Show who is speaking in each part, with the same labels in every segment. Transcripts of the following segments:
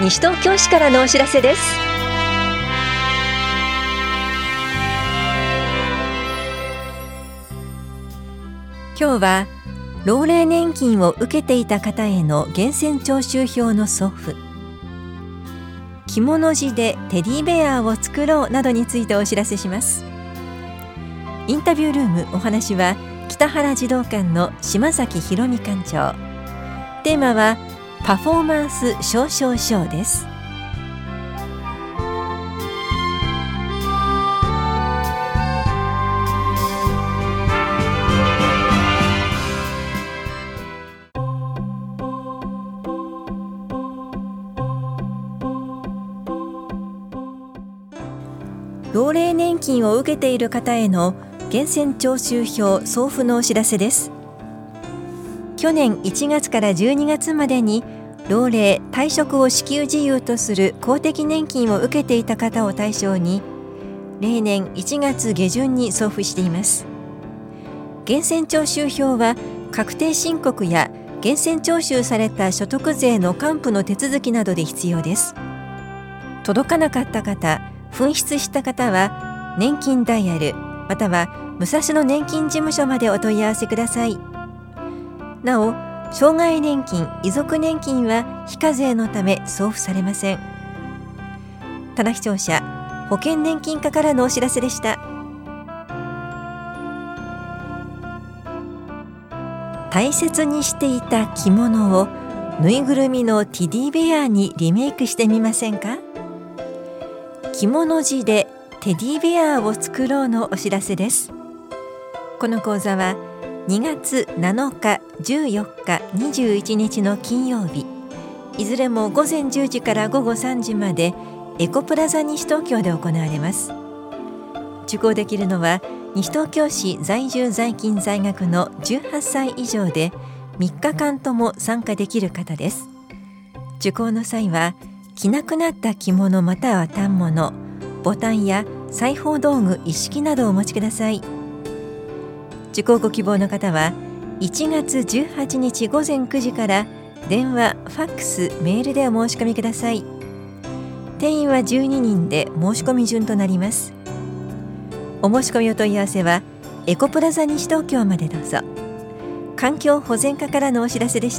Speaker 1: 西東京市からのお知らせです。今日は老齢年金を受けていた方への源泉徴収票の送付、着物地でテディベアを作ろうなどについてお知らせします。インタビュールーム、お話は北原児童館の島崎博美館長。テーマはパフォーマンス証書賞です。老齢年金を受けている方への源泉徴収票送付のお知らせです。去年1月から12月までに老齢・退職を支給事由とする公的年金を受けていた方を対象に、例年1月下旬に送付しています。源泉徴収票は確定申告や源泉徴収された所得税の還付の手続きなどで必要です。届かなかった方、紛失した方は年金ダイヤルまたは武蔵野年金事務所までお問い合わせください。なお、障害年金・遺族年金は非課税のため送付されません。棚視聴者、保険年金課からのお知らせでした。大切にしていた着物をぬいぐるみのテディベアにリメイクしてみませんか？着物地でテディベアを作ろうのお知らせです。この講座は2月7日、14日、21日の金曜日、いずれも午前10時から午後3時までエコプラザ西東京で行われます。受講できるのは西東京市在住在勤在学の18歳以上で3日間とも参加できる方です。受講の際は着なくなった着物または反物、ボタンや裁縫道具一式などをお持ちください。受講ご希望の方は1月18日午前9時から電話、ファックス、メールでお申し込みください。定員は12人で申し込み順となります。お申し込みお問い合わせはエコプラザ西東京までどうぞ。環境保全課からのお知らせでした。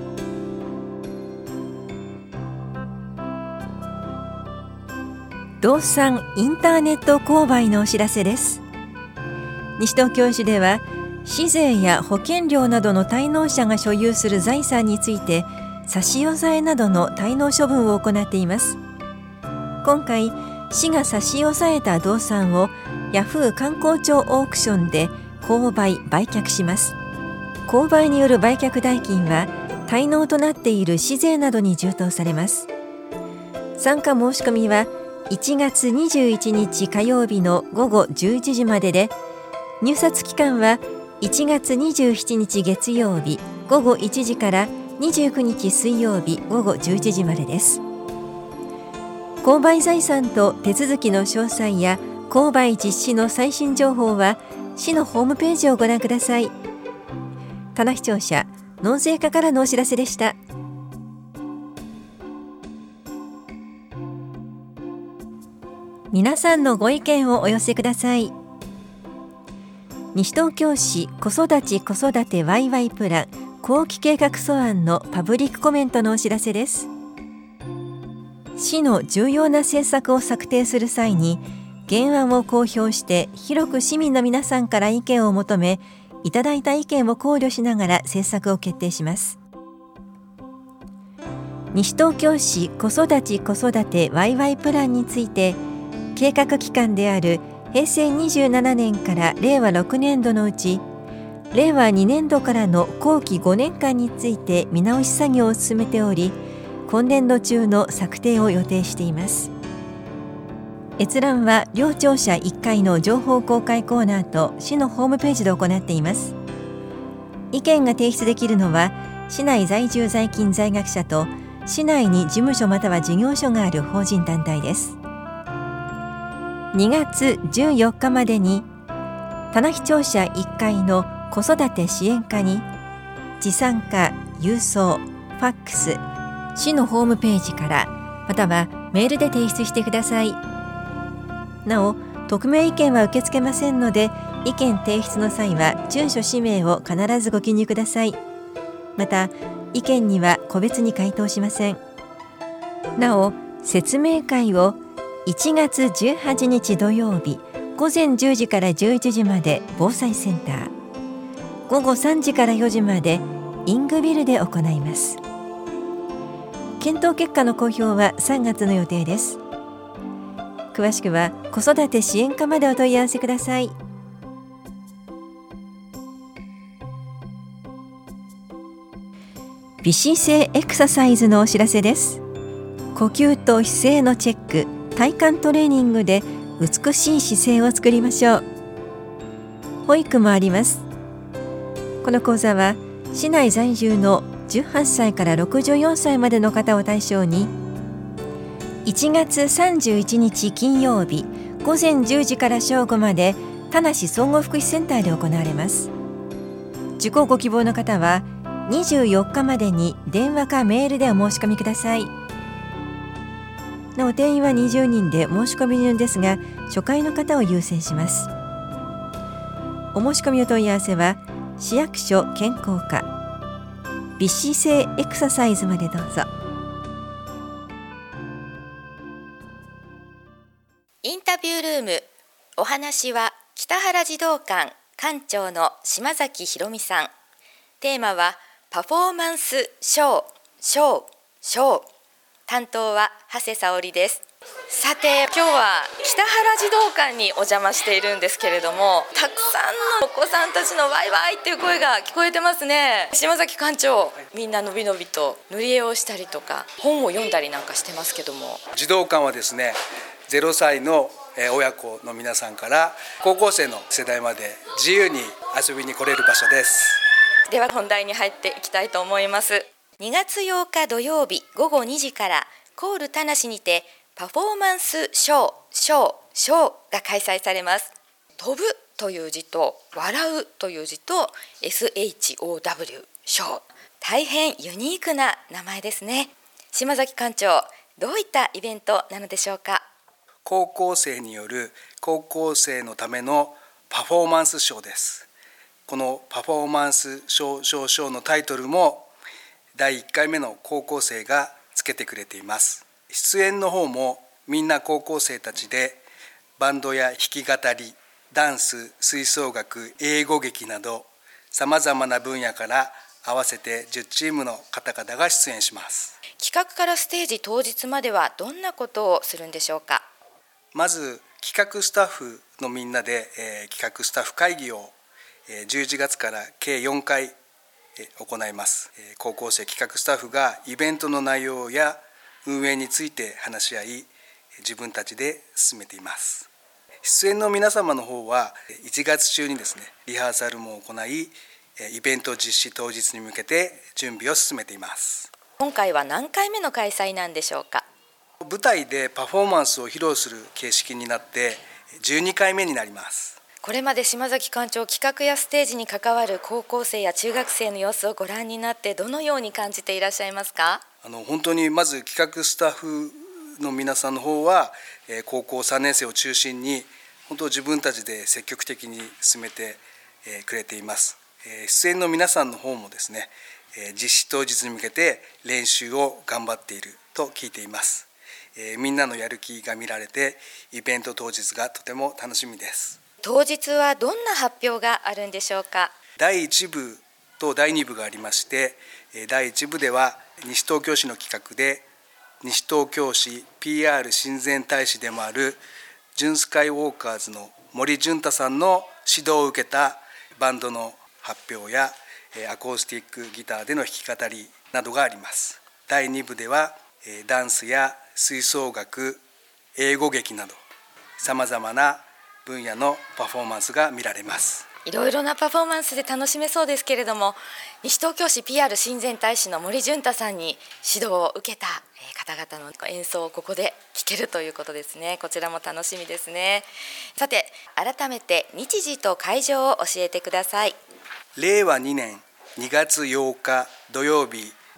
Speaker 1: 動産インターネット購買のお知らせです。西東京市では市税や保険料などの滞納者が所有する財産について差し押さえなどの滞納処分を行っています。今回、市が差し押さえた動産をヤフー観光庁オークションで購買・売却します。購買による売却代金は滞納となっている市税などに充当されます。参加申し込みは1月21日火曜日の午後11時までで、入札期間は1月27日月曜日午後1時から29日水曜日午後11時までです。購買財産と手続きの詳細や購買実施の最新情報は市のホームページをご覧ください。棚視聴者、納税課からのお知らせでした。皆さんのご意見をお寄せください。西東京市子育てワイワイプラン後期計画素案のパブリックコメントのお知らせです。市の重要な政策を策定する際に原案を公表して広く市民の皆さんから意見を求め、いただいた意見を考慮しながら政策を決定します。西東京市子育てワイワイプランについて、計画期間である平成27年から令和6年度のうち、令和2年度からの後期5年間について見直し作業を進めており、今年度中の策定を予定しています。閲覧は両庁舎1階の情報公開コーナーと市のホームページで行っています。意見が提出できるのは市内在住在勤在学者と市内に事務所または事業所がある法人団体です。2月14日までに棚視聴者1階の子育て支援課に持参化、郵送、ファックス、 市のホームページからまたはメールで提出してください。なお、匿名意見は受け付けませんので、意見提出の際は住所氏名を必ずご記入ください。また、意見には個別に回答しません。なお、説明会を1月18日土曜日午前10時から11時まで防災センター、午後3時から4時までイングビルで行います。検討結果の公表は3月の予定です。詳しくは子育て支援課までお問い合わせください。微姿勢エクササイズのお知らせです。呼吸と姿勢のチェック、体幹トレーニングで美しい姿勢を作りましょう。保育もあります。この講座は市内在住の18歳から64歳までの方を対象に1月31日金曜日午前10時から正午まで田梨総合福祉センターで行われます。受講ご希望の方は24日までに電話かメールでお申し込みください。なお、定員は20人で申し込み順ですが、初回の方を優先します。お申し込みお問い合わせは市役所健康課微姿勢エクササイズまでどうぞ。
Speaker 2: インタビュールーム、お話は北原児童館館長の島崎ひろみさん。テーマはパフォーマンスショー。担当は長谷沙織です。さて、今日は北原児童館にお邪魔しているんですけれども、たくさんのお子さんたちのワイワイっていう声が聞こえてますね。島崎館長、みんなのびのびと塗り絵をしたりとか本を読んだりなんかしてますけども、
Speaker 3: 児童館はですね、0歳の親子の皆さんから高校生の世代まで自由に遊びに来れる場所です。
Speaker 2: では本題に入っていきたいと思います。2月8日土曜日午後2時からコール田無にてパフォーマンスショーが開催されます。飛ぶという字と笑うという字と SHOW ショー、大変ユニークな名前ですね。島崎館長、どういったイベントなのでしょうか？
Speaker 3: 高校生による高校生のためのパフォーマンスショーです。このパフォーマンスショーのタイトルも第1回目の高校生がつけてくれています。出演の方もみんな高校生たちで、バンドや弾き語り、ダンス、吹奏楽、英語劇などさまざまな分野から合わせて10チームの方々が出演します。
Speaker 2: 企画からステージ当日まではどんなことをするんでしょうか？
Speaker 3: まず企画スタッフのみんなで、企画スタッフ会議を、11月から計4回行います。高校生企画スタッフがイベントの内容や運営について話し合い、自分たちで進めています。出演の皆様の方は1月中にですね、リハーサルも行い、イベント実施当日に向けて準備を進めています。
Speaker 2: 今回は何回目の開催なんでしょうか？
Speaker 3: 舞台でパフォーマンスを披露する形式になって12回目になります。
Speaker 2: これまで島崎館長、企画やステージに関わる高校生や中学生の様子をご覧になってどのように感じていらっしゃいますか？
Speaker 3: 本当にまず企画スタッフの皆さんの方は高校3年生を中心に本当自分たちで積極的に進めてくれています。出演の皆さんの方もですね、実施当日に向けて練習を頑張っていると聞いています。みんなのやる気が見られて、イベント当日がとても楽しみです。
Speaker 2: 当日はどんな発表があるんでしょうか？
Speaker 3: 第1部と第2部がありまして、第1部では西東京市の企画で、西東京市 PR 親善大使でもあるジュンスカイウォーカーズの森潤太さんの指導を受けたバンドの発表やアコースティックギターでの弾き語りなどがあります。第2部ではダンスや吹奏楽、英語劇などさまざまな分野のパフォーマンスが見られます。
Speaker 2: いろいろなパフォーマンスで楽しめそうですけれども、西東京市 PR 親善大使の森潤太さんに指導を受けた方々の演奏をここで聴けるということですね。こちらも楽しみですね。さて、改めて日時と会場を教えてください。
Speaker 3: 令和2年2月8日土曜日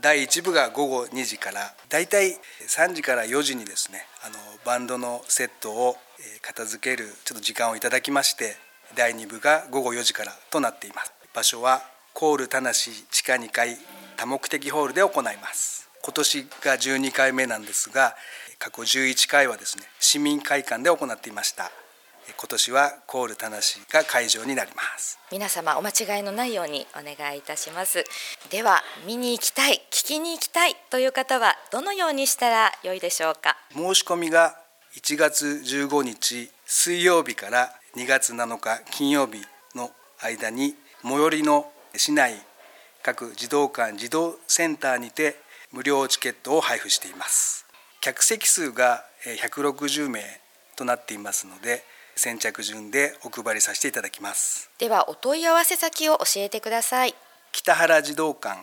Speaker 3: 第1部が午後2時から、だいたい3時から4時にですね、バンドのセットを片付けるちょっと時間をいただきまして、第2部が午後4時からとなっています。場所はコール田無地下2階多目的ホールで行います。今年が12回目なんですが、過去11回はですね、市民会館で行っていました。今年はコール田無が会場になります。
Speaker 2: 皆様お間違いのないようにお願いいたします。では、見に行きたい、聞きに行きたいという方はどのようにしたらよいでしょうか。
Speaker 3: 申し込みが1月15日水曜日から2月7日金曜日の間に、最寄りの市内各児童館児童センターにて無料チケットを配布しています。客席数が160名となっていますので、先着順でお配りさせていただきます。
Speaker 2: では、お問い合わせ先を教えてください。
Speaker 3: 北原児童館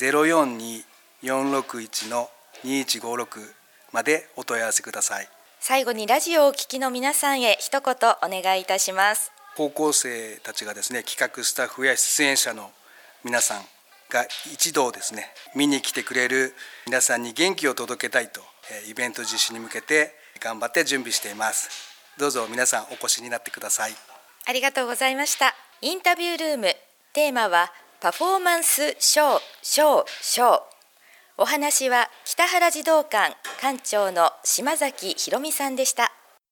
Speaker 3: 042-461-2156 までお問い合わせください。
Speaker 2: 最後にラジオをお聞きの皆さんへ一言お願いいたします。
Speaker 3: 高校生たちがですね、企画スタッフや出演者の皆さんが一同ですね、見に来てくれる皆さんに元気を届けたいと、イベント実施に向けて頑張って準備しています。どうぞ皆さんお越しになってください。
Speaker 2: ありがとうございました。インタビュールーム、テーマはパフォーマンスショー。お話は北原児童館館長の島崎ひろみさんでした。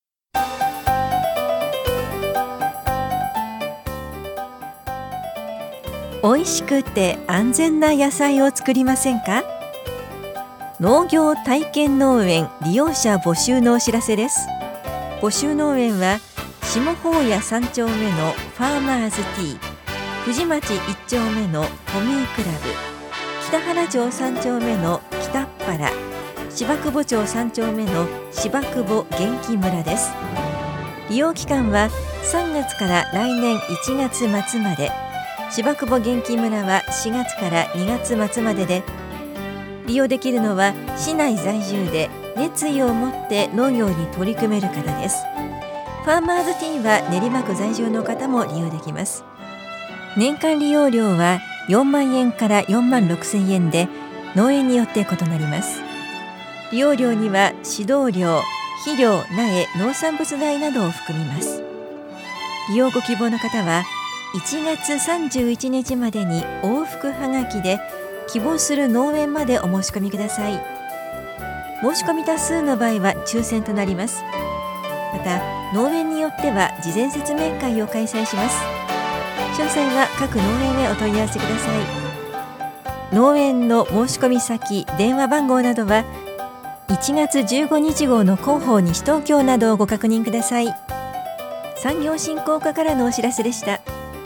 Speaker 1: 美味しくて安全な野菜を作りませんか？農業体験農園利用者募集のお知らせです。募集農園は下法谷3丁目のファーマーズティー、藤町1丁目のトミークラブ、北原町3丁目の北っ原、芝久保町3丁目の芝久保元気村です。利用期間は3月から来年1月末まで、芝久保元気村は4月から2月末までで、利用できるのは市内在住で熱意を持って農業に取り組める方です。ファーマーズティーは練馬区在住の方も利用できます。年間利用料は4万円から4万6千円で、農園によって異なります。利用料には指導料、肥料、苗、農産物代などを含みます。利用ご希望の方は1月31日までに往復はがきで希望する農園までお申し込みください。申し込み多数の場合は抽選となります。また農園によっては事前説明会を開催します。詳細は各農園へお問い合わせください。農園の申し込み先、電話番号などは1月15日号の広報西東京などをご確認ください。産業振興課からのお知らせでした。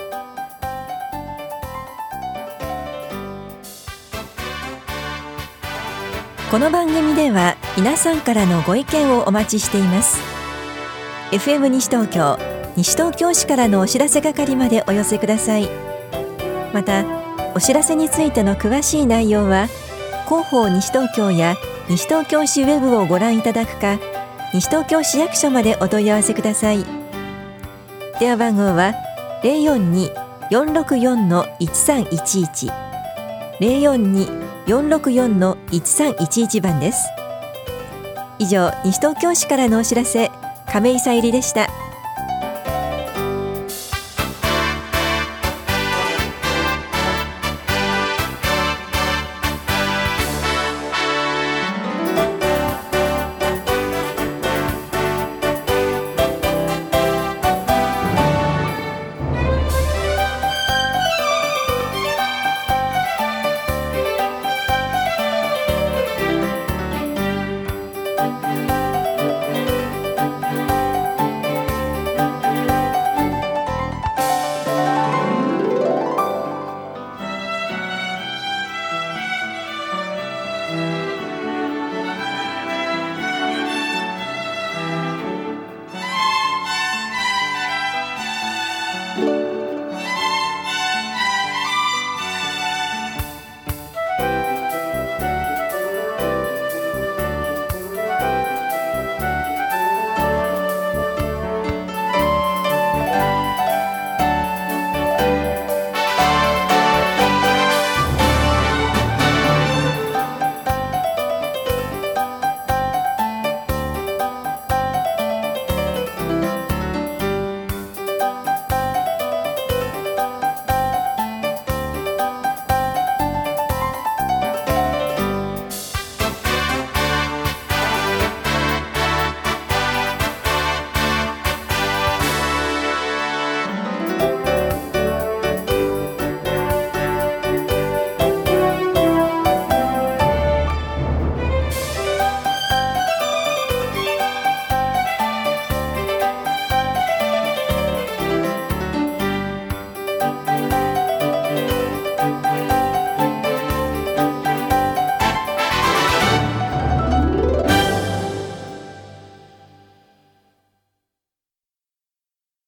Speaker 1: この番組では皆さんからのご意見をお待ちしています。 FM 西東京、西東京市からのお知らせ係までお寄せください。またお知らせについての詳しい内容は広報西東京や西東京市ウェブをご覧いただくか、西東京市役所までお問い合わせください。電話番号は 042-464-1311 042-464-1311 番です。以上、西東京市からのお知らせ、亀井さゆりでした。